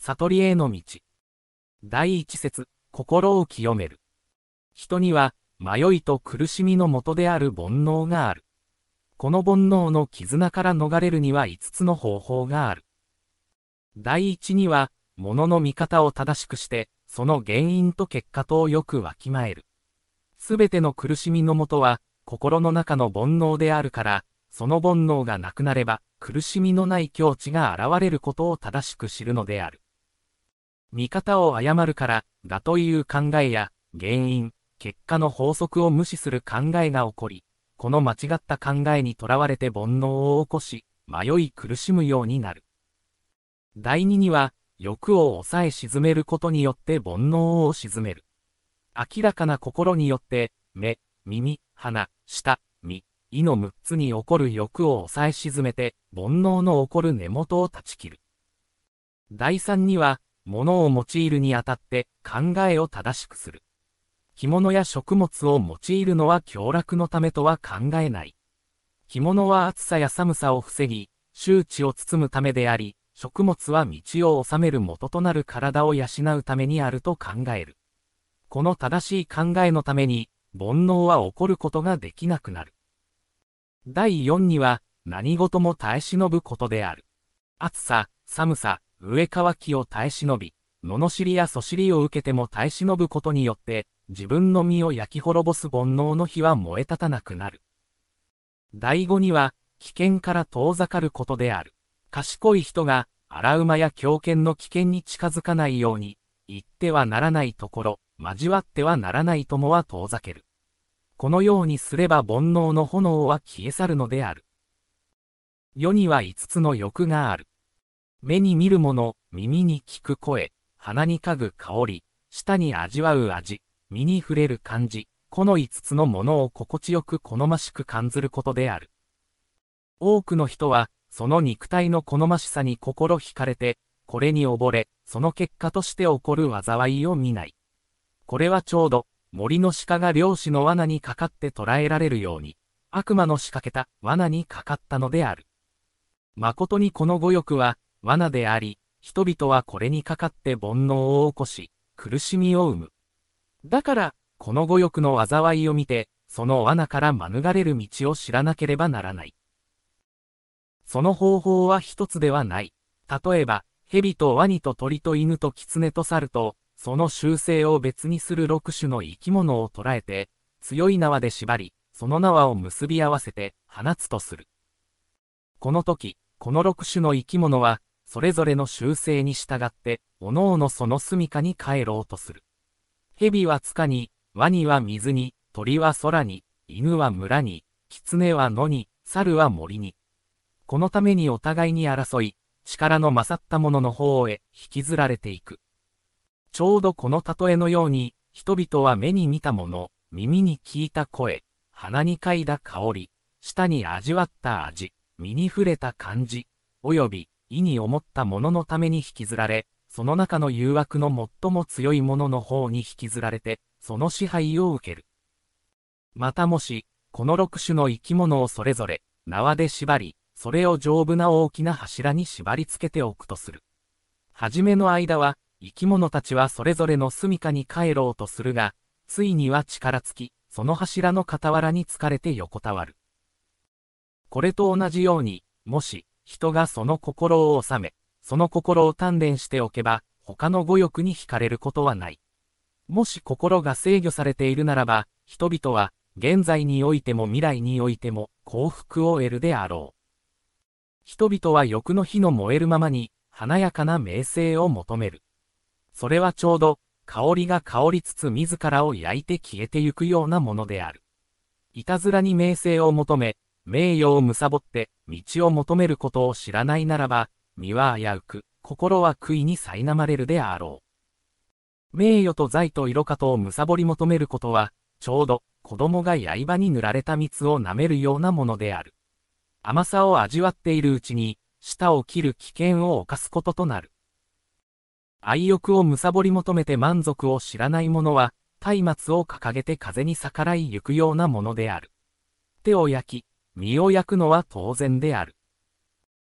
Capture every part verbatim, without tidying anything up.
悟りへの道。第一節、心を清める。人には、迷いと苦しみの元である煩悩がある。この煩悩の絆から逃れるには五つの方法がある。第一には、物の見方を正しくして、その原因と結果とをよくわきまえる。すべての苦しみの元は、心の中の煩悩であるから、その煩悩がなくなれば、苦しみのない境地が現れることを正しく知るのである。見方を誤るから、だという考えや、原因、結果の法則を無視する考えが起こり、この間違った考えにとらわれて煩悩を起こし、迷い苦しむようになる。第二には、欲を抑え鎮めることによって煩悩を鎮める。明らかな心によって、目、耳、鼻、舌、身、意の六つに起こる欲を抑え鎮めて、煩悩の起こる根元を断ち切る。第三には、物を用いるにあたって考えを正しくする。着物や食物を用いるのは享楽のためとは考えない。着物は暑さや寒さを防ぎ、周知を包むためであり、食物は道を治める元となる体を養うためにあると考える。この正しい考えのために、煩悩は起こることができなくなる。第四には、何事も耐え忍ぶことである。暑さ、寒さ、飢え渇きを耐え忍び、罵りやそしりを受けても耐え忍ぶことによって、自分の身を焼き滅ぼす煩悩の火は燃え立たなくなる。第五には、危険から遠ざかることである。賢い人が、荒馬や狂犬の危険に近づかないように、行ってはならないところ、交わってはならない友は遠ざける。このようにすれば煩悩の炎は消え去るのである。世には五つの欲がある。目に見るもの、耳に聞く声、鼻に嗅ぐ香り、舌に味わう味、身に触れる感じ、この五つのものを心地よく好ましく感ずることである。多くの人は、その肉体の好ましさに心惹かれて、これに溺れ、その結果として起こる災いを見ない。これはちょうど、森の鹿が猟師の罠にかかって捕らえられるように、悪魔の仕掛けた罠にかかったのである。誠にこの五欲は、罠であり、人々はこれにかかって煩悩を起こし、苦しみを生む。だから、この五欲の災いを見て、その罠から免れる道を知らなければならない。その方法は一つではない。例えば、蛇とワニと鳥と犬と狐と猿と、その習性を別にする六種の生き物を捕らえて、強い縄で縛り、その縄を結び合わせて放つとする。この時、この六種の生き物は、それぞれの習性に従って、おのおのその住処に帰ろうとする。蛇は塚に、ワニは水に、鳥は空に、犬は村に、狐は野に、猿は森に。このためにお互いに争い、力の勝った者の方へ引きずられていく。ちょうどこの例えのように、人々は目に見たもの、耳に聞いた声、鼻に嗅いだ香り、舌に味わった味、身に触れた感じ、および意に思ったもののために引きずられ、その中の誘惑の最も強いものの方に引きずられて、その支配を受ける。またもし、この六種の生き物をそれぞれ、縄で縛り、それを丈夫な大きな柱に縛り付けておくとする。はじめの間は、生き物たちはそれぞれの住処に帰ろうとするが、ついには力尽き、その柱の傍らに疲れて横たわる。これと同じように、もし、人がその心を収め、その心を鍛錬しておけば、他の五欲に惹かれることはない。もし心が制御されているならば、人々は、現在においても未来においても、幸福を得るであろう。人々は欲の火の燃えるままに、華やかな名声を求める。それはちょうど、香りが香りつつ自らを焼いて消えてゆくようなものである。いたずらに名声を求め、名誉を貪って、道を求めることを知らないならば、身は危うく、心は悔いに苛まれるであろう。名誉と財と色かとを貪り求めることは、ちょうど、子供が刃に塗られた蜜を舐めるようなものである。甘さを味わっているうちに、舌を切る危険を冒すこととなる。愛欲を貪り求めて満足を知らない者は、松明を掲げて風に逆らいゆくようなものである。手を焼き、身を焼くのは当然である。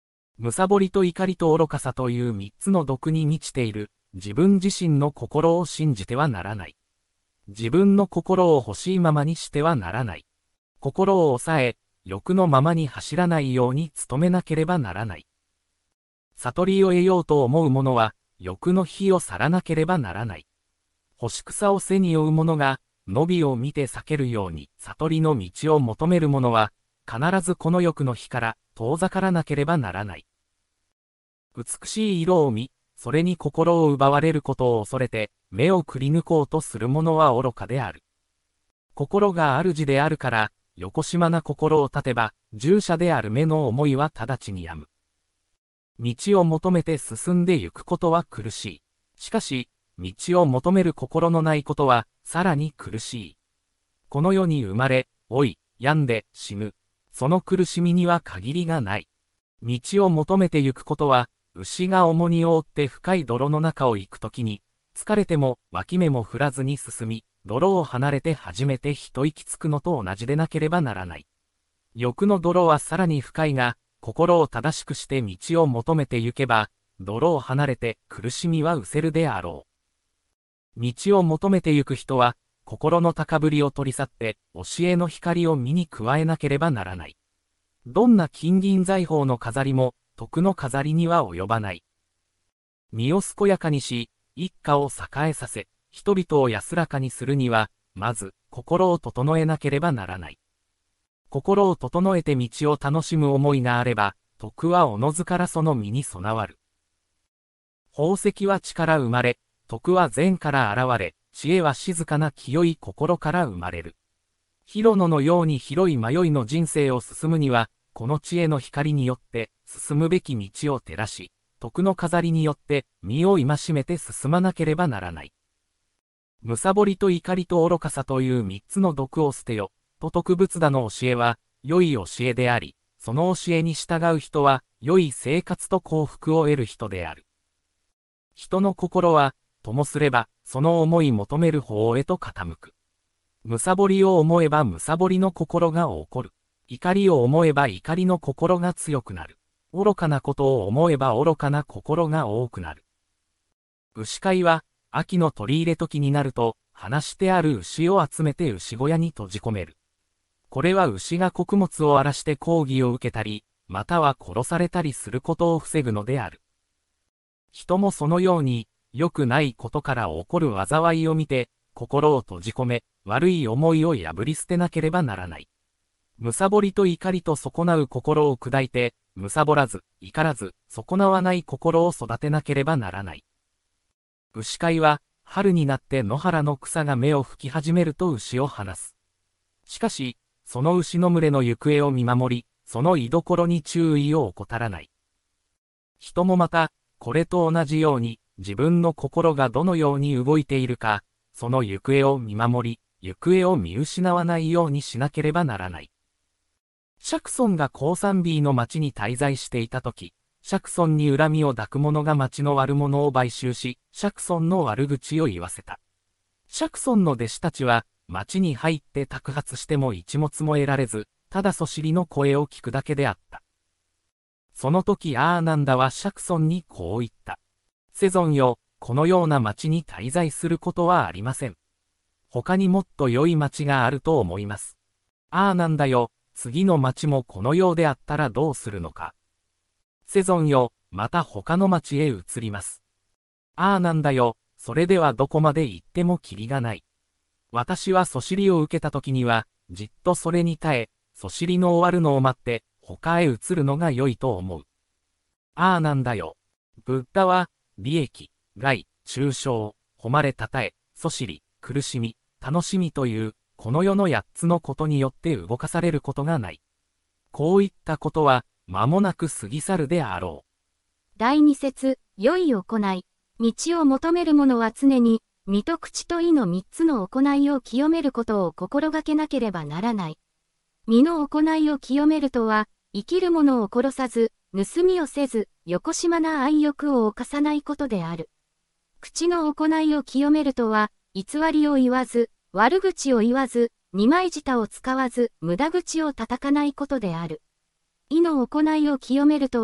貪りと怒りと愚かさという三つの毒に満ちている自分自身の心を信じてはならない。自分の心を欲しいままにしてはならない。心を抑え、欲のままに走らないように努めなければならない。悟りを得ようと思う者は、欲の火を去らなければならない。干し草を背に追う者が、伸びを見て避けるように、悟りの道を求める者は、必ずこの欲の火から遠ざからなければならない。美しい色を見、それに心を奪われることを恐れて、目をくり抜こうとする者は愚かである。心が主であるから、よこしまな心を立てば、従者である目の思いは直ちに止む。道を求めて進んでゆくことは苦しい。しかし、道を求める心のないことは、さらに苦しい。この世に生まれ、老い、病んで死ぬ。その苦しみには限りがない。道を求めてゆくことは、牛が重荷を負って深い泥の中を行くときに、疲れても脇目も振らずに進み、泥を離れて初めて一息つくのと同じでなければならない。欲の泥はさらに深いが、心を正しくして道を求めてゆけば、泥を離れて苦しみは失せるであろう。道を求めてゆく人は、心の高ぶりを取り去って、教えの光を身に加えなければならない。どんな金銀財宝の飾りも、徳の飾りには及ばない。身を健やかにし、一家を栄えさせ、人々を安らかにするには、まず、心を整えなければならない。心を整えて道を楽しむ思いがあれば、徳はおのずからその身に備わる。宝石は地から生まれ、徳は善から現れ、知恵は静かな清い心から生まれる。広野のように広い迷いの人生を進むには、この知恵の光によって進むべき道を照らし、徳の飾りによって身を戒めて進まなければならない。貪りと怒りと愚かさという三つの毒を捨てよ、と徳仏陀の教えは、良い教えであり、その教えに従う人は、良い生活と幸福を得る人である。人の心は、ともすれば、その思い求める方へと傾く。貪りを思えば貪りの心が起こる。怒りを思えば怒りの心が強くなる。愚かなことを思えば愚かな心が多くなる。牛飼いは、秋の取り入れ時になると、放してある牛を集めて牛小屋に閉じ込める。これは牛が穀物を荒らして抗議を受けたり、または殺されたりすることを防ぐのである。人もそのように、良くないことから起こる災いを見て、心を閉じ込め、悪い思いを破り捨てなければならない。貪りと怒りと損なう心を砕いて、貪らず、怒らず、損なわない心を育てなければならない。牛飼いは、春になって野原の草が芽を吹き始めると牛を放す。しかし、その牛の群れの行方を見守り、その居所に注意を怠らない。人もまた、これと同じように、自分の心がどのように動いているか、その行方を見守り、行方を見失わないようにしなければならない。釈尊がコーサンビーの町に滞在していたとき、釈尊に恨みを抱く者が町の悪者を買収し、釈尊の悪口を言わせた。釈尊の弟子たちは、町に入って托発しても一物も得られず、ただそしりの声を聞くだけであった。その時アーナンダは釈尊にこう言った。世尊よ、このような町に滞在することはありません。他にもっと良い町があると思います。アーナンダよ、次の町もこのようであったらどうするのか。世尊よ、また他の町へ移ります。アーナンダよ、それではどこまで行ってもキリがない。私はそしりを受けた時には、じっとそれに耐え、そしりの終わるのを待って、他へ移るのが良いと思う。アーナンダよ。ブッダは、利益、害、中傷、誉れたたえ、そしり、苦しみ、楽しみという、この世の八つのことによって動かされることがない。こういったことは、間もなく過ぎ去るであろう。だいに節、良い行い。道を求める者は常に、身と口と意の三つの行いを清めることを心がけなければならない。身の行いを清めるとは、生きる者を殺さず、盗みをせず、よこしまな愛欲を犯さないことである。口の行いを清めるとは、偽りを言わず、悪口を言わず、二枚舌を使わず、無駄口を叩かないことである。意の行いを清めるとは、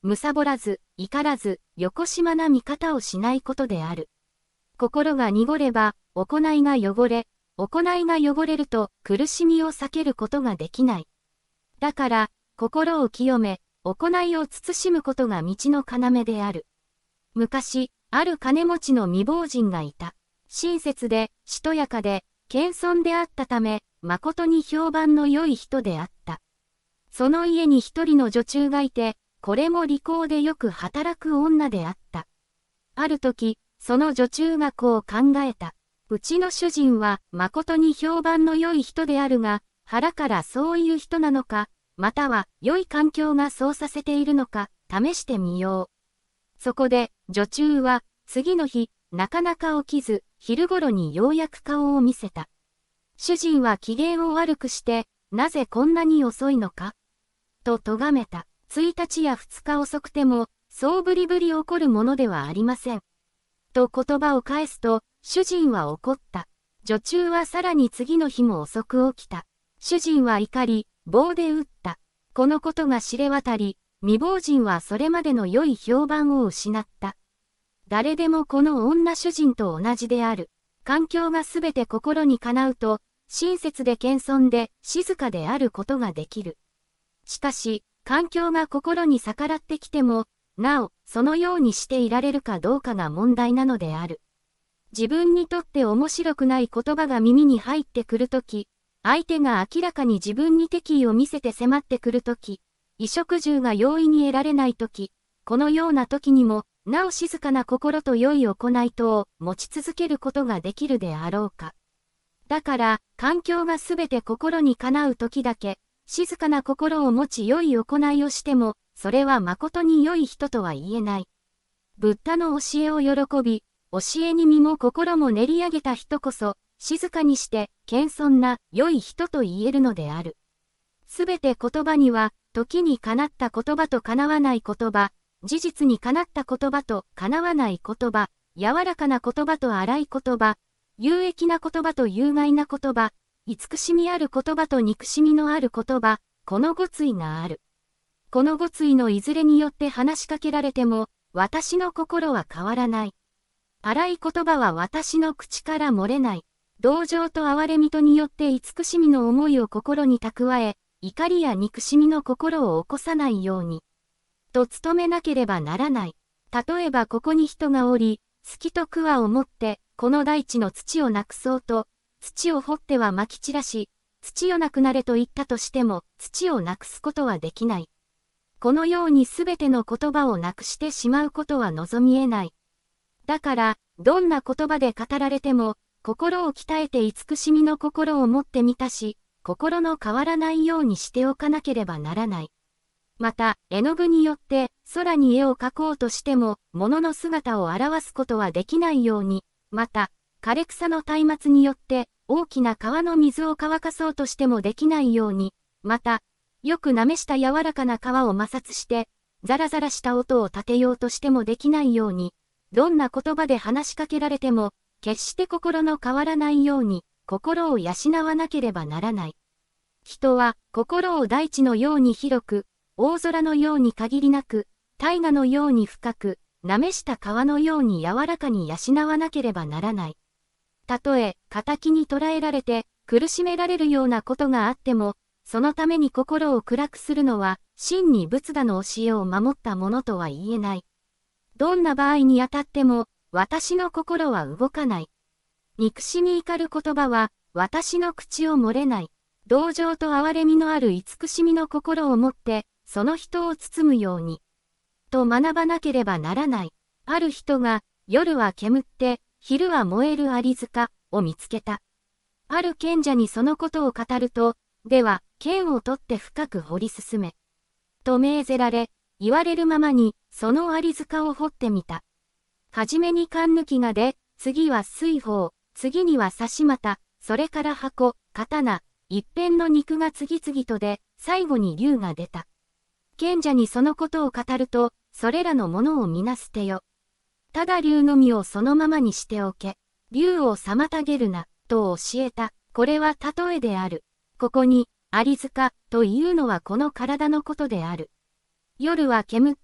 貪らず、怒らず、よこしまな見方をしないことである。心が濁れば、行いが汚れ、行いが汚れると苦しみを避けることができない。だから、心を清め、行いを慎むことが道の要である。昔、ある金持ちの未亡人がいた。親切で、しとやかで、謙遜であったため、誠に評判の良い人であった。その家に一人の女中がいて、これも利口でよく働く女であった。ある時、その女中がこう考えた。うちの主人は誠に評判の良い人であるが、腹からそういう人なのか、または良い環境がそうさせているのか、試してみよう。そこで、女中は、次の日、なかなか起きず、昼頃にようやく顔を見せた。主人は機嫌を悪くして、なぜこんなに遅いのかと咎めた。ついたちやふつか遅くても、そうぶりぶり怒るものではありません。と言葉を返すと、主人は怒った。女中はさらに次の日も遅く起きた。主人は怒り、棒で打った。このことが知れ渡り、未亡人はそれまでの良い評判を失った。誰でもこの女主人と同じである。環境がすべて心にかなうと、親切で謙遜で静かであることができる。しかし、環境が心に逆らってきても、なお、そのようにしていられるかどうかが問題なのである。自分にとって面白くない言葉が耳に入ってくるとき、相手が明らかに自分に敵意を見せて迫ってくるとき、衣食住が容易に得られないとき、このようなときにも、なお静かな心と良い行いとを持ち続けることができるであろうか。だから、環境がすべて心にかなうときだけ、静かな心を持ち良い行いをしても、それは誠に良い人とは言えない。ブッダの教えを喜び、教えに身も心も練り上げた人こそ、静かにして謙遜な良い人と言えるのである。すべて言葉には、時にかなった言葉とかなわない言葉、事実にかなった言葉とかなわない言葉、柔らかな言葉と荒い言葉、有益な言葉と有害な言葉、慈しみある言葉と憎しみのある言葉、このご対がある。このご対のいずれによって話しかけられても、私の心は変わらない。荒い言葉は私の口から漏れない。同情と憐れみとによって慈しみの思いを心に蓄え、怒りや憎しみの心を起こさないように。と努めなければならない。例えばここに人がおり、好きと桑を持って、この大地の土をなくそうと、土を掘っては撒き散らし、土よなくなれと言ったとしても、土をなくすことはできない。このようにすべての言葉をなくしてしまうことは望み得ない。だから、どんな言葉で語られても、心を鍛えて慈しみの心を持ってみたし、心の変わらないようにしておかなければならない。また、絵の具によって空に絵を描こうとしても、物の姿を表すことはできないように、また、枯れ草の松明によって大きな川の水を乾かそうとしてもできないように、また、よくなめした柔らかな皮を摩擦して、ザラザラした音を立てようとしてもできないように、どんな言葉で話しかけられても、決して心の変わらないように、心を養わなければならない。人は、心を大地のように広く、大空のように限りなく、大河のように深く、なめした皮のように柔らかに養わなければならない。たとえ、仇に捕らえられて、苦しめられるようなことがあっても、そのために心を暗くするのは、真に仏陀の教えを守ったものとは言えない。どんな場合にあたっても、私の心は動かない。憎しみ怒る言葉は、私の口を漏れない。同情と憐れみのある慈しみの心を持って、その人を包むように。と学ばなければならない。ある人が、夜は煙って、昼は燃えるアリ塚を見つけた。ある賢者にそのことを語ると、では、剣を取って深く掘り進め。と命ぜられ、言われるままに、そのアリ塚を掘ってみた。はじめに勘抜きが出、次は水砲、次には刺し股、それから箱、刀、一辺の肉が次々と出、最後に竜が出た。賢者にそのことを語ると、それらのものを皆捨てよ。ただ竜のみをそのままにしておけ。竜を妨げるな、と教えた。これは例えである。ここに、アリ塚、というのはこの体のことである。夜は煙って、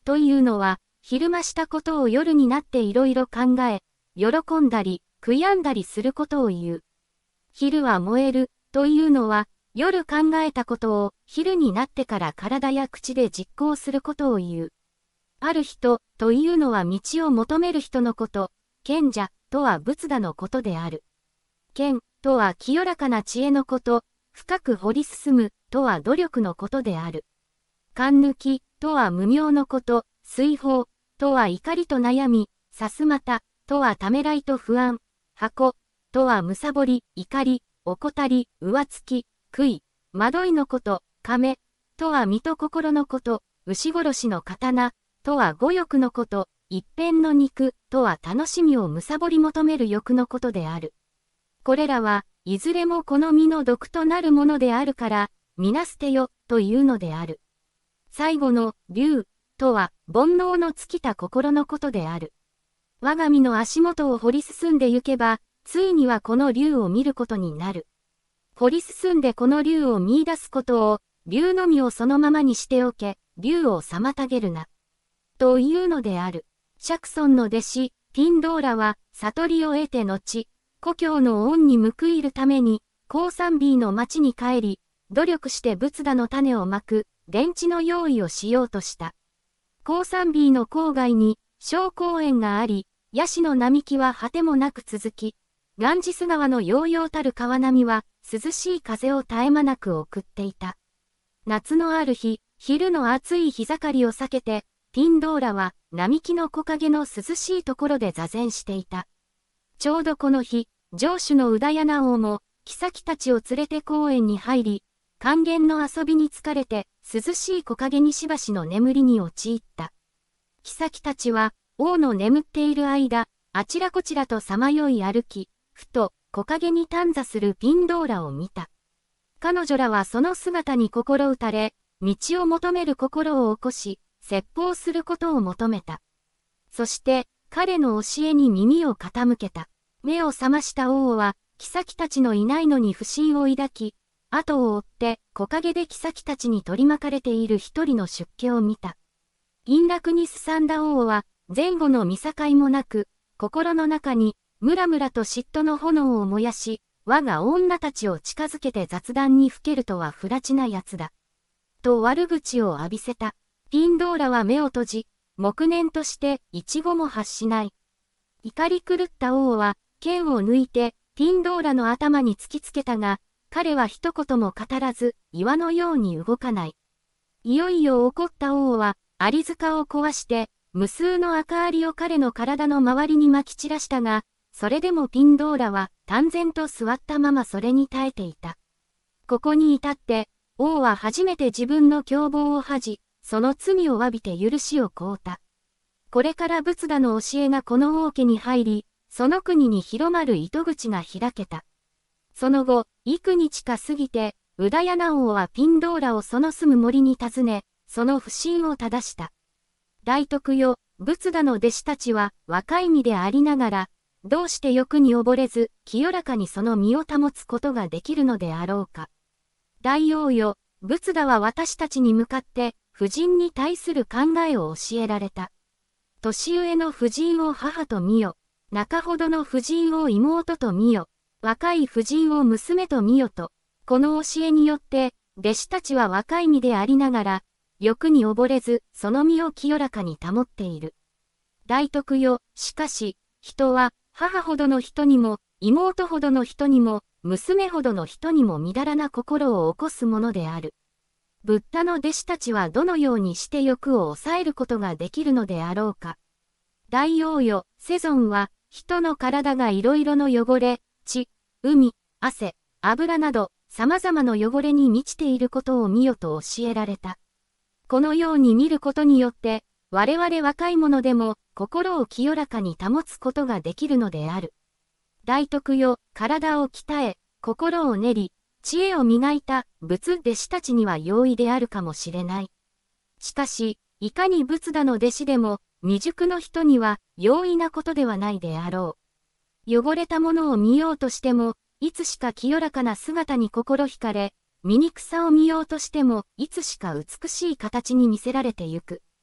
というのは、昼間したことを夜になっていろいろ考え、喜んだり、悔やんだりすることを言う。昼は燃える、というのは、夜考えたことを昼になってから体や口で実行することを言う。ある人、というのは道を求める人のこと、賢者、とは仏陀のことである。賢、とは清らかな知恵のこと、深く掘り進む、とは努力のことである。勘抜き、とは無明のこと、水泡、とは怒りと悩み、さすまた、とはためらいと不安、箱、とはむさぼり、怒り、怠り、浮つき、悔い、惑いのこと、亀、とは身と心のこと、牛殺しの刀、とは五欲のこと、一辺の肉、とは楽しみをむさぼり求める欲のことである。これらはいずれもこの身の毒となるものであるから、皆捨てよ、というのである。最後の、竜、とは、煩悩の尽きた心のことである。我が身の足元を掘り進んでゆけば、ついにはこの竜を見ることになる。掘り進んでこの竜を見出すことを、竜のみをそのままにしておけ、竜を妨げるな。というのである。釈尊の弟子、ピンドーラは、悟りを得て後、故郷の恩に報いるために、コーサンビーの町に帰り、努力して仏陀の種をまく、電池の用意をしようとした。コーサンビーの郊外に、小公園があり、ヤシの並木は果てもなく続き、ガンジス川の揚々たる川波は、涼しい風を絶え間なく送っていた。夏のある日、昼の暑い日盛りを避けて、ピンドーラは、並木の木陰の涼しいところで座禅していた。ちょうどこの日、城主のウダヤナ王も、妃たちを連れて公園に入り、管弦の遊びに疲れて、涼しい木陰にしばしの眠りに陥った。妃たちは、王の眠っている間、あちらこちらとさまよい歩き、ふと、木陰に短座するピンドーラを見た。彼女らはその姿に心打たれ、道を求める心を起こし、説法することを求めた。そして、彼の教えに耳を傾けた。目を覚ました王は、妃たちのいないのに不審を抱き、後を追って、木陰で妃たちに取り巻かれている一人の出家を見た。陰楽にすさんだ王は、前後の見境もなく、心の中に、むらむらと嫉妬の炎を燃やし、我が女たちを近づけて雑談にふけるとは不埒な奴だ。と悪口を浴びせた。ピンドーラは目を閉じ、黙念として一語も発しない。怒り狂った王は、剣を抜いて、ピンドーラの頭に突きつけたが、彼は一言も語らず、岩のように動かない。いよいよ怒った王は、アリ塚を壊して、無数の赤アリを彼の体の周りに撒き散らしたが、それでもピンドーラは、淡然と座ったままそれに耐えていた。ここに至って、王は初めて自分の凶暴を恥じ、その罪を詫びて許しを請うた。これから仏陀の教えがこの王家に入り、その国に広まる糸口が開けた。その後、幾日か過ぎて、ウダヤナ王はピンドーラをその住む森に訪ね、その不信を正した。大徳よ、仏陀の弟子たちは若い身でありながら、どうして欲に溺れず、清らかにその身を保つことができるのであろうか。大王よ、仏陀は私たちに向かって、婦人に対する考えを教えられた。年上の婦人を母と見よ。中ほどの婦人を妹と見よ。若い婦人を娘と見よと。この教えによって、弟子たちは若い身でありながら、欲に溺れず、その身を清らかに保っている。大徳よ、しかし、人は、母ほどの人にも、妹ほどの人にも、娘ほどの人にもみだらな心を起こすものである。ブッダの弟子たちはどのようにして欲を抑えることができるのであろうか。大王よ、世尊は、人の体がいろいろの汚れ、血、海、汗、油など、様々な汚れに満ちていることを見よと教えられた。このように見ることによって、我々若い者でも、心を清らかに保つことができるのである。大徳よ、体を鍛え、心を練り、知恵を磨いた仏弟子たちには容易であるかもしれない。しかし、いかに仏陀の弟子でも、未熟の人には容易なことではないであろう。汚れたものを見ようとしても、いつしか清らかな姿に心惹かれ、醜さを見ようとしても、いつしか美しい形に見せられてゆく。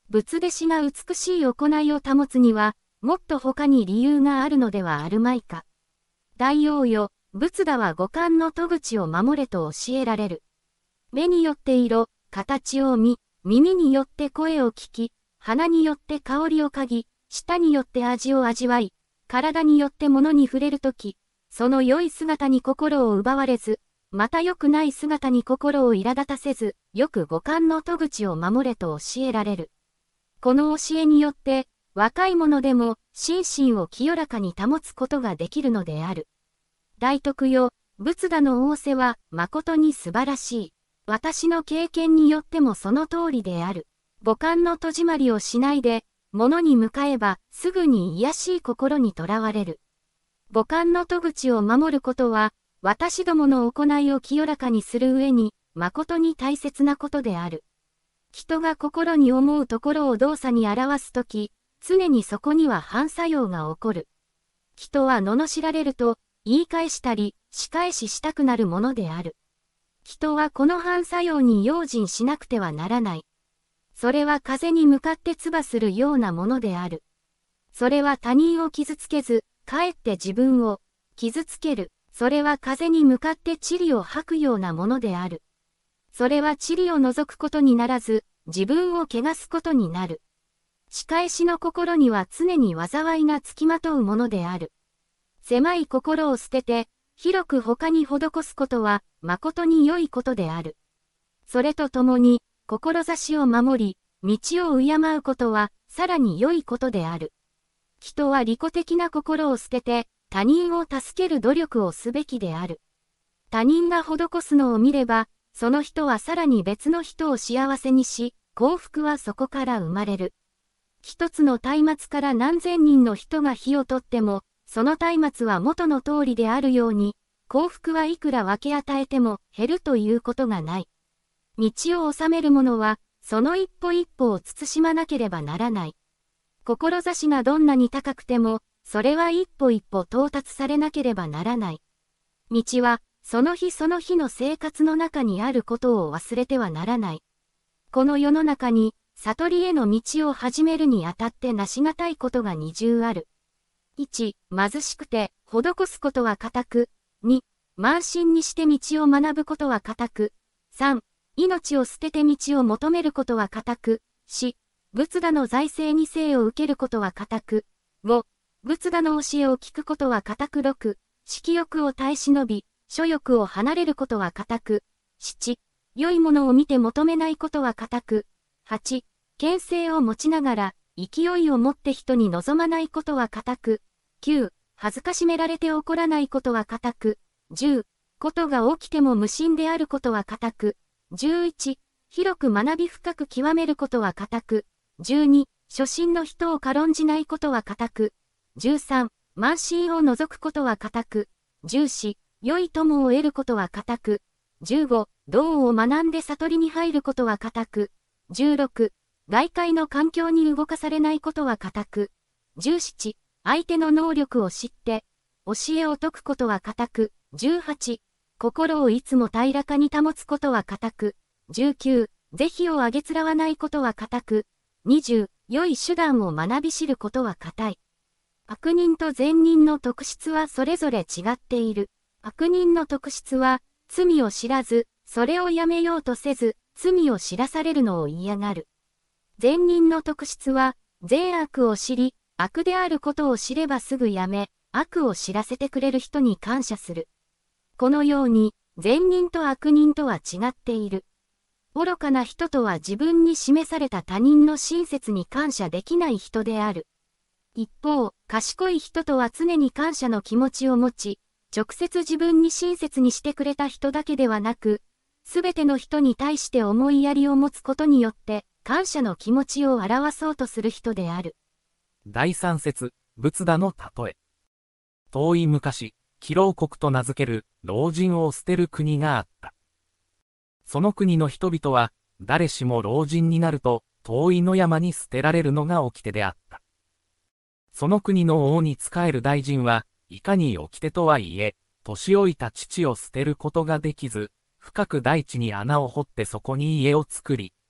仏弟子が美しい行いを保つには、もっと他に理由があるのではあるまいか。大王よ、仏陀は五感の戸口を守れと教えられる。目によって色、形を見、耳によって声を聞き、鼻によって香りを嗅ぎ、舌によって味を味わい、体によって物に触れるとき、その良い姿に心を奪われず、また良くない姿に心を苛立たせず、よく五感の戸口を守れと教えられる。この教えによって、若い者でも心身を清らかに保つことができるのである。大徳よ、仏陀の仰せは誠に素晴らしい。私の経験によってもその通りである。五感の戸締まりをしないで、物に向かえばすぐに卑しい心にとらわれる。五感の戸口を守ることは、私どもの行いを清らかにする上に、誠に大切なことである。人が心に思うところを動作に表すとき、常にそこには反作用が起こる。人は罵られると、言い返したり、仕返ししたくなるものである。人はこの反作用に用心しなくてはならない。それは風に向かって唾するようなものである。それは他人を傷つけず、かえって自分を傷つける。それは風に向かって塵を吐くようなものである。それは塵を除くことにならず、自分を汚すことになる。仕返しの心には常に災いがつきまとうものである。狭い心を捨てて、広く他に施すことは、誠に良いことである。それとともに、志を守り、道を敬うことは、さらに良いことである。人は利己的な心を捨てて、他人を助ける努力をすべきである。他人が施すのを見れば、その人はさらに別の人を幸せにし、幸福はそこから生まれる。一つの松明から何千人の人が火を取っても、その松明は元の通りであるように、幸福はいくら分け与えても減るということがない。道を治める者は、その一歩一歩を慎まなければならない。志がどんなに高くても、それは一歩一歩到達されなければならない。道は、その日その日の生活の中にあることを忘れてはならない。この世の中に、悟りへの道を始めるにあたってなしがたいことが二重ある。いち、貧しくて、施すことは固く。に、慢心にして道を学ぶことは固く。さん、命を捨てて道を求めることは固く。よん、仏陀の財政に生を受けることは固く。ご、仏陀の教えを聞くことは固く。ろく、色欲を耐え忍び、所欲を離れることは固く。なな、良いものを見て求めないことは固く。はち、権勢を持ちながら、勢いを持って人に望まないことは固く。きゅう、恥ずかしめられて怒らないことは固く。じゅう、ことが起きても無心であることは固く。じゅういち、広く学び深く極めることは固く。じゅうに、初心の人を軽んじないことは固く。じゅうさん、慢心を除くことは固く。じゅうよん、良い友を得ることは固く。じゅうご、道を学んで悟りに入ることは固く。じゅうろく、外界の環境に動かされないことは固く。じゅうなな、相手の能力を知って、教えを解くことは固く。じゅうはち、心をいつも平らかに保つことは固く。じゅうきゅう、是非をあげつらわないことは固く。にじゅう、良い手段を学び知ることは固い。悪人と善人の特質はそれぞれ違っている。悪人の特質は、罪を知らず、それをやめようとせず、罪を知らされるのを嫌がる。善人の特質は、善悪を知り、悪であることを知ればすぐやめ、悪を知らせてくれる人に感謝する。このように、善人と悪人とは違っている。愚かな人とは自分に示された他人の親切に感謝できない人である。一方、賢い人とは常に感謝の気持ちを持ち、直接自分に親切にしてくれた人だけではなく、すべての人に対して思いやりを持つことによって、感謝の気持ちを表そうとする人である。 だいさん節、仏陀の例え。遠い昔、岐老国と名付ける老人を捨てる国があった。その国の人々は、誰しも老人になると、遠い野山に捨てられるのが掟であった。その国の王に仕える大臣は、いかに掟とはいえ、年老いた父を捨てることができず、深く大地に穴を掘ってそこに家を作り、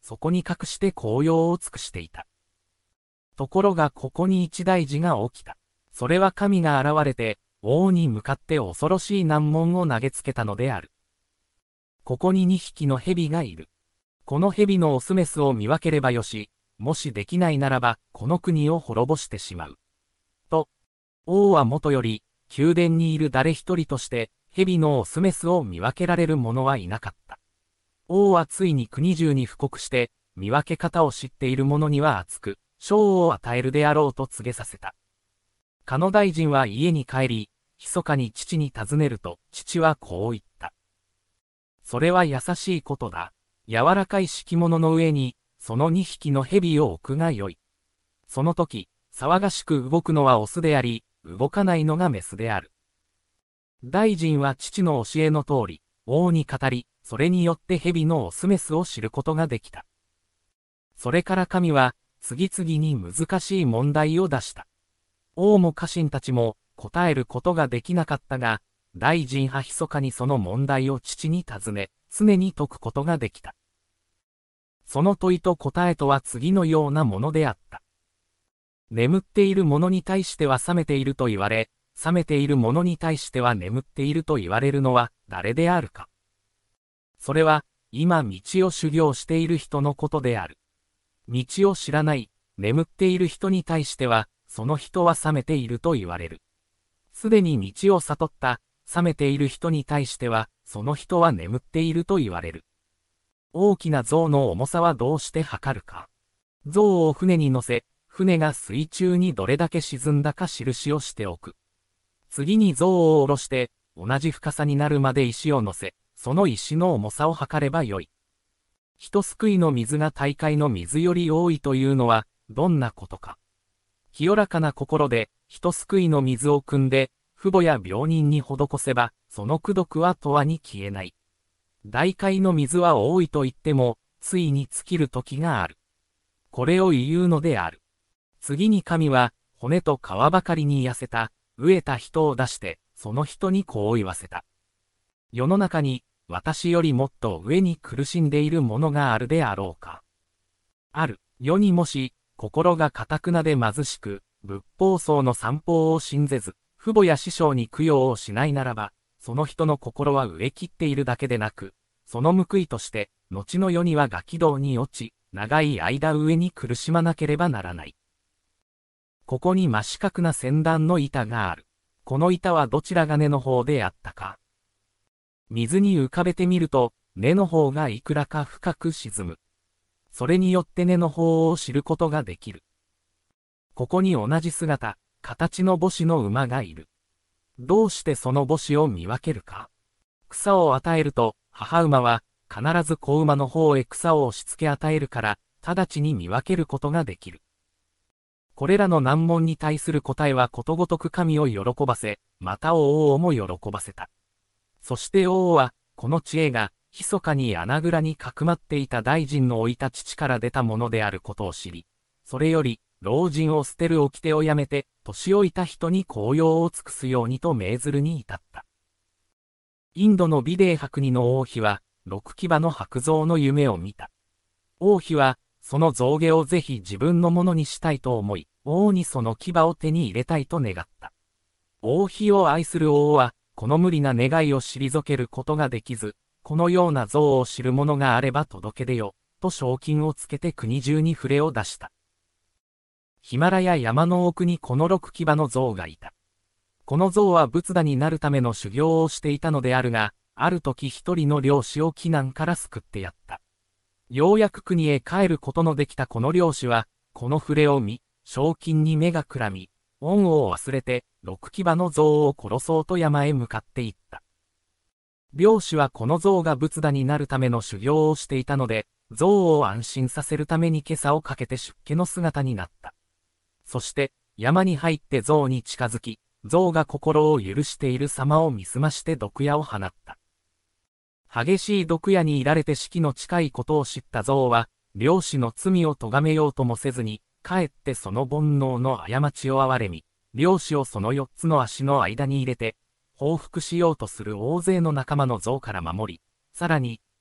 そこに隠して紅葉を尽くしていた。ところがここに一大事が起きた。それは神が現れて、王に向かって恐ろしい難問を投げつけたのである。ここに二匹の蛇がいる。この蛇のオスメスを見分ければよし、もしできないならば、この国を滅ぼしてしまう。と、王はもとより、宮殿にいる誰一人として、蛇のオスメスを見分けられる者はいなかった。王はついに国中に布告して、見分け方を知っている者には厚く、賞を与えるであろうと告げさせた。かの大臣は家に帰り、密かに父に尋ねると、父はこう言った。それは優しいことだ。柔らかい敷物の上に、その二匹の蛇を置くがよい。その時、騒がしく動くのはオスであり、動かないのがメスである。大臣は父の教えの通り、王に語り、それによって蛇のオスメスを知ることができた。それから神は、次々に難しい問題を出した。王も家臣たちも答えることができなかったが、大臣は密かにその問題を父に尋ね、常に解くことができた。その問いと答えとは次のようなものであった。眠っている者に対しては覚めていると言われ、覚めている者に対しては眠っていると言われるのは誰であるか。それは、今道を修行している人のことである。道を知らない、眠っている人に対しては、その人は覚めていると言われる。すでに道を悟った、覚めている人に対しては、その人は眠っていると言われる。大きな象の重さはどうして測るか。象を船に乗せ、船が水中にどれだけ沈んだか印をしておく。次に象を下ろして、同じ深さになるまで石を乗せ、その石の重さを測ればよい。人すくいの水が大海の水より多いというのは、どんなことか。清らかな心で、人すくいの水を汲んで、父母や病人に施せば、その功徳は永遠に消えない。大海の水は多いと言っても、ついに尽きる時がある。これを言うのである。次に神は、骨と皮ばかりに痩せた、飢えた人を出して、その人にこう言わせた。世の中に、私よりもっと上に苦しんでいるものがあるであろうか。ある、世にもし、心が堅くなで貧しく、仏法僧の散歩を信ぜず、父母や師匠に供養をしないならば、その人の心は飢え切っているだけでなく、その報いとして、後の世には餓鬼道に落ち、長い間上に苦しまなければならない。ここに真四角な船団の板がある。この板はどちらが根の方であったか。水に浮かべてみると、根の方がいくらか深く沈む。それによって根の方を知ることができる。ここに同じ姿、形の母子の馬がいる。どうしてその母子を見分けるか。草を与えると、母馬は必ず子馬の方へ草を押し付け与えるから、直ちに見分けることができる。これらの難問に対する答えはことごとく神を喜ばせ、また王をも喜ばせた。そして王は、この知恵が、密かに穴蔵にかくまっていた大臣の置いた父から出たものであることを知り、それより、老人を捨てる掟をやめて、年老いた人に紅葉を尽くすようにと命ずるに至った。インドのビデー伯二の王妃は、六騎馬の白象の夢を見た。王妃は、その象牙をぜひ自分のものにしたいと思い、王にその牙を手に入れたいと願った。王妃を愛する王は、この無理な願いを退けることができず、このような象を知る者があれば届け出よ、と賞金をつけて国中に触れを出した。ヒマラヤ山の奥にこの六騎馬の象がいた。この象は仏陀になるための修行をしていたのであるが、ある時一人の漁師を危難から救ってやった。ようやく国へ帰ることのできたこの漁師は、この触れを見、賞金に目がくらみ、恩を忘れて、六騎馬の象を殺そうと山へ向かっていった。漁師はこの象が仏陀になるための修行をしていたので、象を安心させるために袈裟をかけて出家の姿になった。そして、山に入って象に近づき、象が心を許している様を見すまして毒矢を放った。激しい毒矢にいられて死期の近いことを知った象は、漁師の罪を咎めようともせずに、かえってその煩悩の過ちを憐れみ、漁師をその四つの足の間に入れて、報復しようとする大勢の仲間の象から守り、さらに、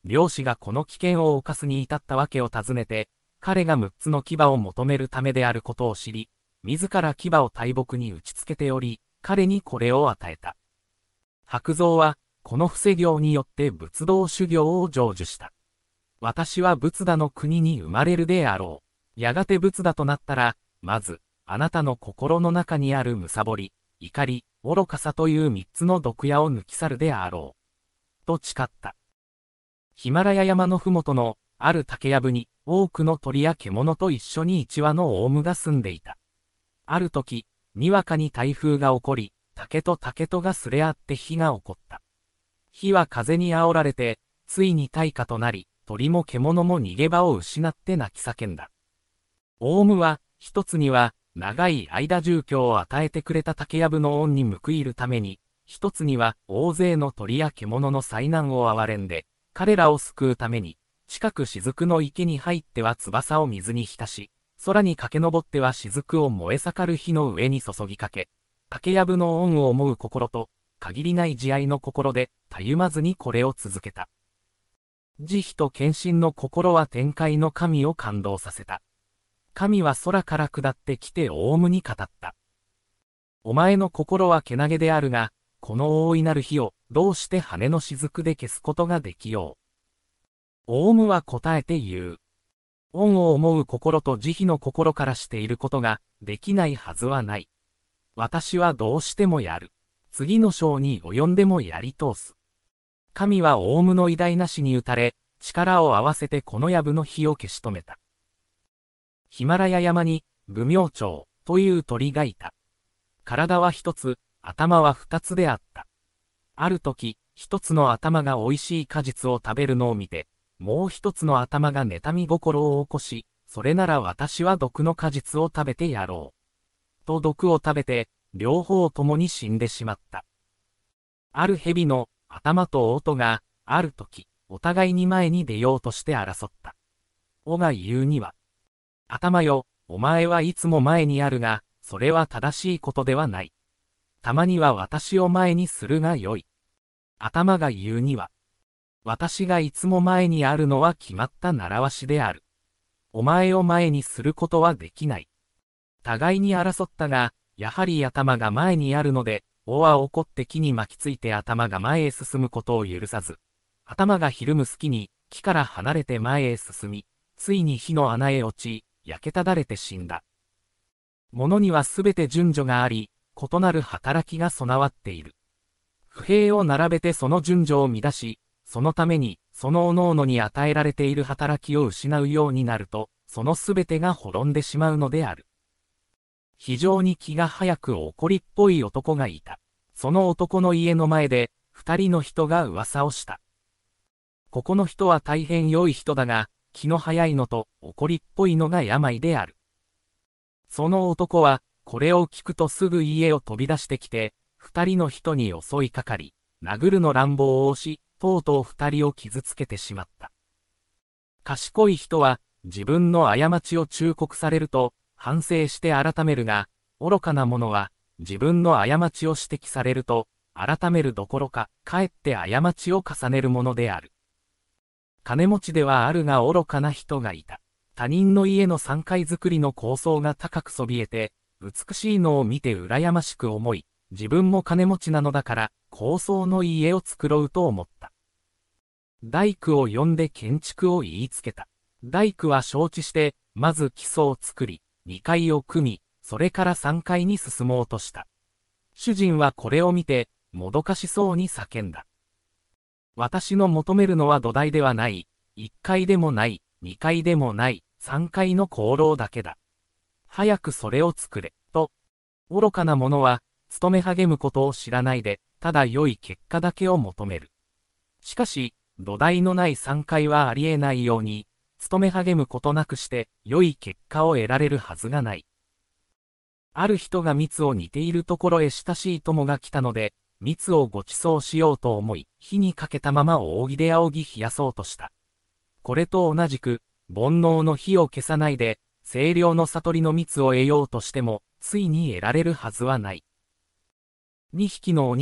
漁師がこの危険を冒すに至ったわけを尋ねて、彼がむっつの牙を求めるためであることを知り、自ら牙を大木に打ちつけており、彼にこれを与えた。白蔵は、この伏せ行によって仏道修行を成就した。私は仏陀の国に生まれるであろう。やがて仏陀となったら、まず、あなたの心の中にある貪り、怒り、愚かさという三つの毒矢を抜き去るであろう。と誓った。ヒマラヤ山のふもとの、ある竹やぶに、多くの鳥や獣と一緒に一羽のオウムが住んでいた。ある時、にわかに台風が起こり、竹と竹とがすれ合って火が起こった。火は風に煽られて、ついに大火となり、鳥も獣も逃げ場を失って泣き叫んだ。オウムは、一つには、長い間住居を与えてくれた竹やぶの恩に報いるために、一つには大勢の鳥や獣の災難を憐れんで、彼らを救うために、近く雫の池に入っては翼を水に浸し、空に駆け上っては雫を燃え盛る火の上に注ぎかけ、竹やぶの恩を思う心と、限りない慈愛の心で、たゆまずにこれを続けた。慈悲と献身の心は天界の神を感動させた。神は空から下ってきてオウムに語った。お前の心はけなげであるが、この大いなる火をどうして羽の雫で消すことができよう。オウムは答えて言う。恩を思う心と慈悲の心からしていることができないはずはない。私はどうしてもやる。次の章に及んでもやり通す。神はオウムの偉大な死に打たれ、力を合わせてこの藪の火を消し止めた。ヒマラヤ山に、武明鳥という鳥がいた。体は一つ、頭は二つであった。ある時、一つの頭が美味しい果実を食べるのを見て、もう一つの頭が妬み心を起こし、それなら私は毒の果実を食べてやろう。と毒を食べて、両方ともに死んでしまった。ある蛇の頭と音が、ある時、お互いに前に出ようとして争った。尾が言うには、頭よ、お前はいつも前にあるが、それは正しいことではない。たまには私を前にするがよい。頭が言うには、私がいつも前にあるのは決まった習わしである。お前を前にすることはできない。互いに争ったが、やはり頭が前にあるので、尾は怒って木に巻きついて頭が前へ進むことを許さず、頭がひるむ隙に木から離れて前へ進み、ついに火の穴へ落ち、焼けただれて死んだ。物にはすべて順序があり、異なる働きが備わっている。不平を並べてその順序を乱し、そのために、その各々に与えられている働きを失うようになると、そのすべてが滅んでしまうのである。非常に気が早く怒りっぽい男がいた。その男の家の前で、二人の人が噂をした。ここの人は大変良い人だが、気の早いのと怒りっぽいのが病である。その男は、これを聞くとすぐ家を飛び出してきて、二人の人に襲いかかり、殴るの乱暴を押し、とうとう二人を傷つけてしまった。賢い人は、自分の過ちを忠告されると、反省して改めるが、愚かな者は、自分の過ちを指摘されると、改めるどころか、かえって過ちを重ねるものである。金持ちではあるが愚かな人がいた。他人の家の三階造りの構想が高くそびえて、美しいのを見て羨ましく思い、自分も金持ちなのだから、高層の家を作ろうと思った。大工を呼んで建築を言いつけた。大工は承知して、まず基礎を作り、二階を組み、それから三階に進もうとした。主人はこれを見て、もどかしそうに叫んだ。私の求めるのは土台ではない、一階でもない、二階でもない、三階の功労だけだ。早くそれを作れ、と。愚かな者は、勤め励むことを知らないで、ただ良い結果だけを求める。しかし、土台のない三階はありえないように、勤め励むことなくして、良い結果を得られるはずがない。ある人が蜜を煮ているところへ親しい友が来たので、蜜をご馳走しようと思い、火にかけたまま扇で仰ぎ冷やそうとした。これと同じく、煩悩の火を消さないで、清涼の悟りの蜜を得ようとしても、ついに得られるはずはない。二匹の鬼が、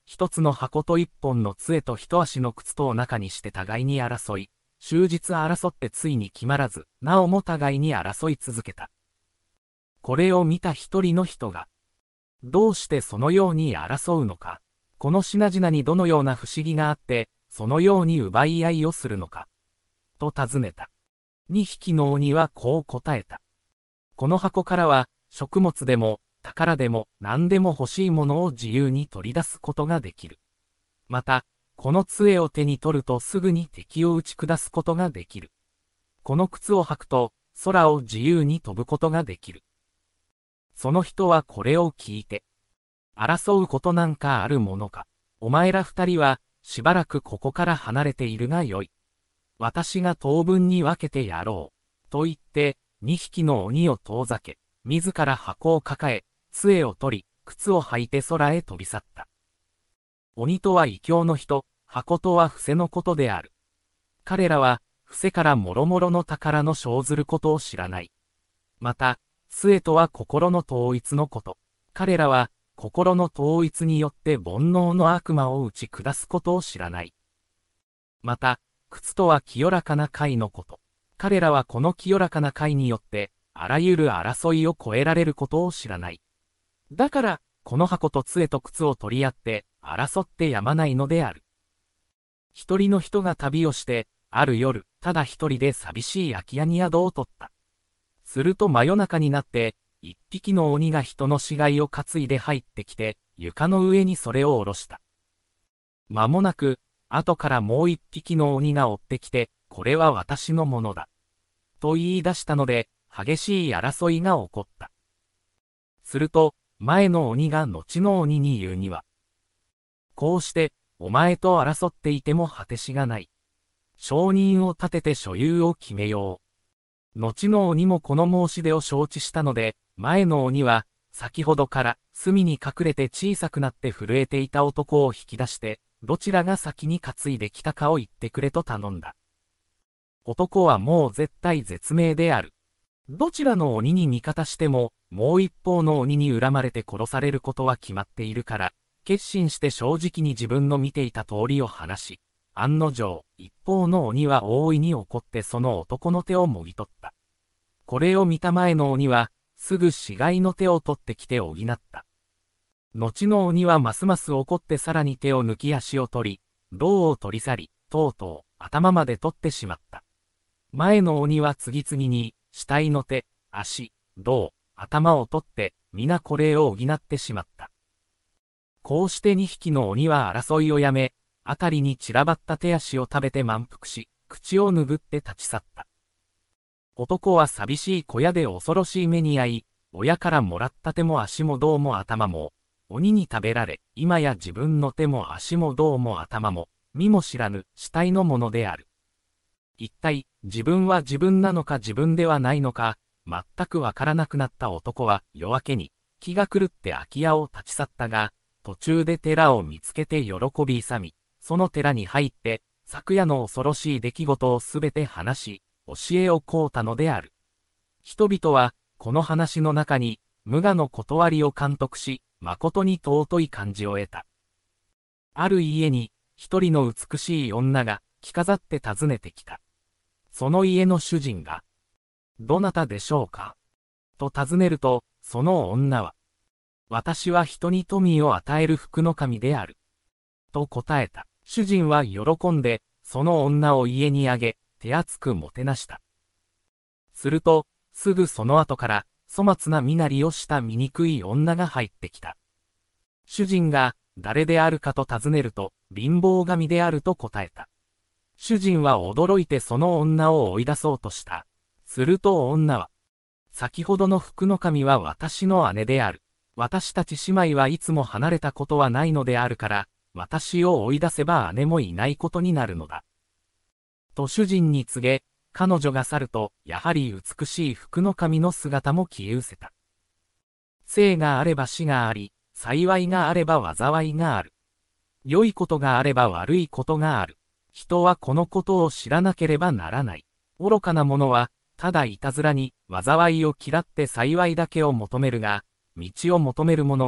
一つの箱と一本の杖と一足の靴とを中にして互いに争い、終日争ってついに決まらず、なおも互いに争い続けた。これを見た一人の人が、どうしてそのように争うのか、この品々にどのような不思議があって、そのように奪い合いをするのか、と尋ねた。二匹の鬼はこう答えた。この箱からは、食物でも、宝でも、何でも欲しいものを自由に取り出すことができる。また、この杖を手に取るとすぐに敵を打ち下すことができる。この靴を履くと、空を自由に飛ぶことができる。その人はこれを聞いて、争うことなんかあるものか。お前ら二人は、しばらくここから離れているがよい。私が当分に分けてやろう。と言って、二匹の鬼を遠ざけ、自ら箱を抱え、杖を取り、靴を履いて空へ飛び去った。鬼とは異教の人、箱とは伏せのことである。彼らは、伏せからもろもろの宝の生ずることを知らない。また、杖とは心の統一のこと。彼らは、心の統一によって煩悩の悪魔を打ち下すことを知らない。また、靴とは清らかな貝のこと。彼らはこの清らかな貝によって、あらゆる争いを超えられることを知らない。だから、この箱と杖と靴を取り合って、争ってやまないのである。一人の人が旅をして、ある夜、ただ一人で寂しい空き家に宿を取った。すると真夜中になって、一匹の鬼が人の死骸を担いで入ってきて、床の上にそれを下ろした。間もなく、後からもう一匹の鬼が追ってきて、これは私のものだ。と言い出したので、激しい争いが起こった。すると、前の鬼が後の鬼に言うには、こうして、お前と争っていても果てしがない。証人を立てて所有を決めよう。後の鬼もこの申し出を承知したので、前の鬼は、先ほどから隅に隠れて小さくなって震えていた男を引き出して、どちらが先に担いできたかを言ってくれと頼んだ。男はもう絶対絶命である。どちらの鬼に味方しても、もう一方の鬼に恨まれて殺されることは決まっているから、決心して正直に自分の見ていた通りを話し、案の定、一方の鬼は大いに怒ってその男の手をもぎ取った。これを見た前の鬼は、すぐ死骸の手を取ってきて補った。後の鬼はますます怒ってさらに手を抜き足を取り、胴を取り去り、とうとう頭まで取ってしまった。前の鬼は次々に、死体の手、足、胴、頭を取って、皆これを補ってしまった。こうして二匹の鬼は争いをやめ、あたりに散らばった手足を食べて満腹し、口を拭って立ち去った。男は寂しい小屋で恐ろしい目に遭い、親からもらった手も足も胴も頭も、鬼に食べられ、今や自分の手も足も胴も頭も、身も知らぬ死体のものである。一体、自分は自分なのか自分ではないのか、全くわからなくなった男は夜明けに、気が狂って空き家を立ち去ったが、途中で寺を見つけて喜び勇み、その寺に入って、昨夜の恐ろしい出来事をすべて話し、教えを請うたのである。人々は、この話の中に、無我の断りを監督し、誠に尊い感じを得た。ある家に、一人の美しい女が、着飾って訪ねてきた。その家の主人が、どなたでしょうかと尋ねると、その女は、私は人に富を与える福の神である。と答えた。主人は喜んで、その女を家にあげ、手厚くもてなした。すると、すぐその後から、粗末な身なりをした醜い女が入ってきた。主人が、誰であるかと尋ねると、貧乏神であると答えた。主人は驚いてその女を追い出そうとした。すると女は、先ほどの福の神は私の姉である。私たち姉妹はいつも離れたことはないのであるから、私を追い出せば姉もいないことになるのだ。と主人に告げ、彼女が去ると、やはり美しい福の神の姿も消え失せた。生があれば死があり、幸いがあれば災いがある。良いことがあれば悪いことがある。人はこのことを知らなければならない。愚かな者は、ただいたずらに、災いを嫌って幸いだけを求めるが、道を求める者は、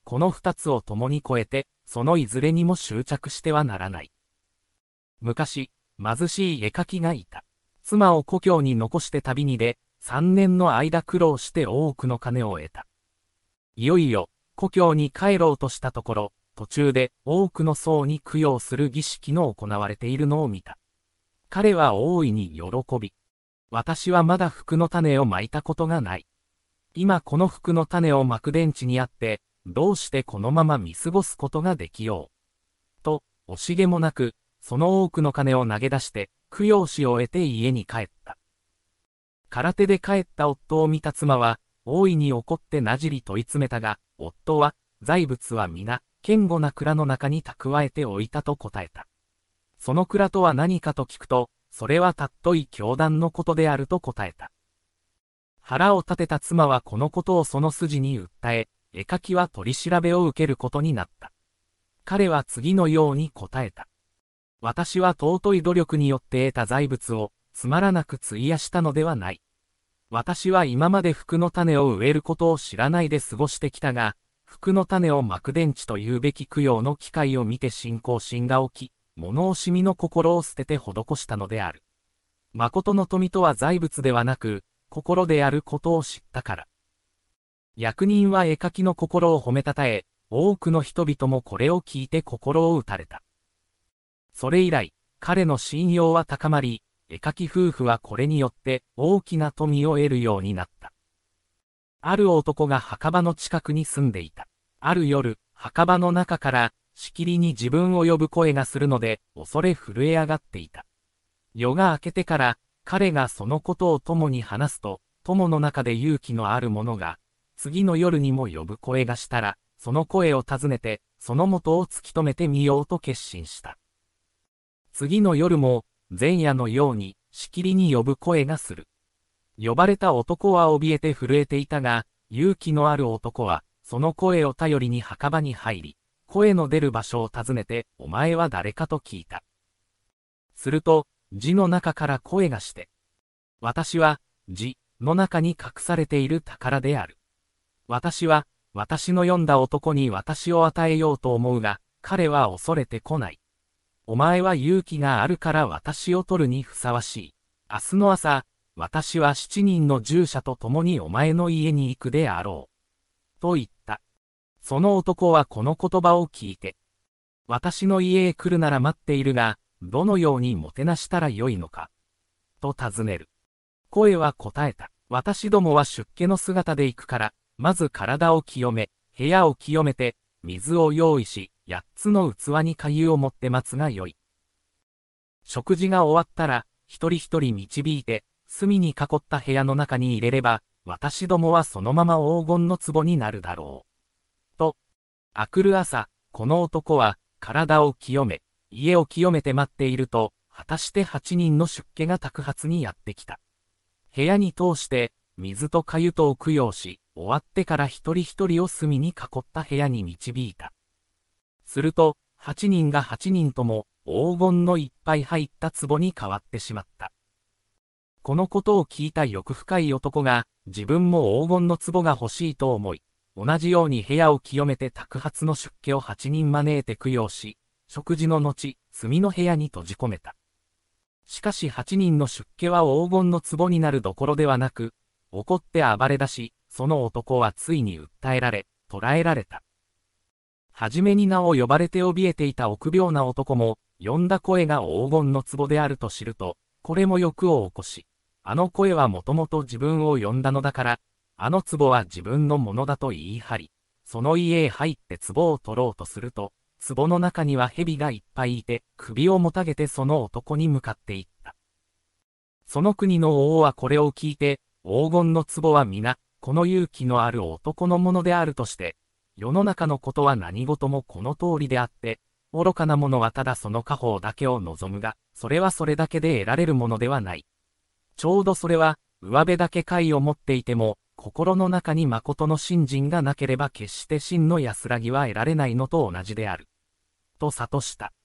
この二つを共に超えて、そのいずれにも執着してはならない。昔、貧しい絵描きがいた。妻を故郷に残して旅に出、三年の間苦労して多くの金を得た。いよいよ、故郷に帰ろうとしたところ、途中で多くの僧に供養する儀式の行われているのを見た。彼は大いに喜び、私はまだ福の種をまいたことがない。今この福の種をまく電池にあって、どうしてこのまま見過ごすことができよう。と、惜しげもなく、その多くの金を投げ出して、供養しを得て家に帰った。空手で帰った夫を見た妻は、大いに怒ってなじり問い詰めたが、夫は、財物は皆、堅固な蔵の中に蓄えておいたと答えた。その蔵とは何かと聞くと、それはたっとい教団のことであると答えた。腹を立てた妻はこのことをその筋に訴え、絵描きは取り調べを受けることになった。彼は次のように答えた。私は尊い努力によって得た財物をつまらなく費やしたのではない。私は今まで福の種を植えることを知らないで過ごしてきたが、福の種をまく電池というべき供養の機会を見て信仰心が起き、物惜しみの心を捨てて施したのである。誠の富とは財物ではなく、心であることを知ったから。役人は絵描きの心を褒めたたえ、多くの人々もこれを聞いて心を打たれた。それ以来、彼の信用は高まり、絵描き夫婦はこれによって大きな富を得るようになった。ある男が墓場の近くに住んでいた。ある夜、墓場の中から、しきりに自分を呼ぶ声がするので、恐れ震え上がっていた。夜が明けてから、彼がそのことを友に話すと、友の中で勇気のある者が、次の夜にも呼ぶ声がしたら、その声を尋ねて、その元を突き止めてみようと決心した。次の夜も、前夜のように、しきりに呼ぶ声がする。呼ばれた男は怯えて震えていたが、勇気のある男は、その声を頼りに墓場に入り、声の出る場所を尋ねて、お前は誰かと聞いた。すると、字の中から声がして、私は、字の中に隠されている宝である。私は、私の読んだ男に私を与えようと思うが、彼は恐れてこない。お前は勇気があるから私を取るにふさわしい。明日の朝、私は七人の従者と共にお前の家に行くであろう。と言った。その男はこの言葉を聞いて、私の家へ来るなら待っているが、どのようにもてなしたらよいのか。と尋ねる。声は答えた。私どもは出家の姿で行くから、まず体を清め、部屋を清めて、水を用意し、八つの器に粥を持って待つがよい。食事が終わったら、一人一人導いて、隅に囲った部屋の中に入れれば、私どもはそのまま黄金の壺になるだろう。と、あくる朝、この男は、体を清め、家を清めて待っていると、果たして八人の出家が托発にやってきた。部屋に通して、水と粥とを供養し、終わってから一人一人を隅に囲った部屋に導いた。すると、八人が八人とも、黄金のいっぱい入った壺に変わってしまった。このことを聞いた欲深い男が、自分も黄金の壺が欲しいと思い、同じように部屋を清めて托発の出家を八人招いて供養し、食事の後、隅の部屋に閉じ込めた。しかし八人の出家は黄金の壺になるどころではなく、怒って暴れ出し、その男はついに訴えられ、捕らえられた。はじめに名を呼ばれて怯えていた臆病な男も、呼んだ声が黄金の壺であると知ると、これも欲を起こし、あの声はもともと自分を呼んだのだから、あの壺は自分のものだと言い張り、その家へ入って壺を取ろうとすると、壺の中には蛇がいっぱいいて、首をもたげてその男に向かっていった。その国の王はこれを聞いて、黄金の壺は皆、この勇気のある男のものであるとして、世の中のことは何事もこの通りであって、愚かな者はただその家宝だけを望むが、それはそれだけで得られるものではない。ちょうどそれは、上辺だけ解を持っていても、心の中に誠の信心がなければ決して真の安らぎは得られないのと同じである。と諭した。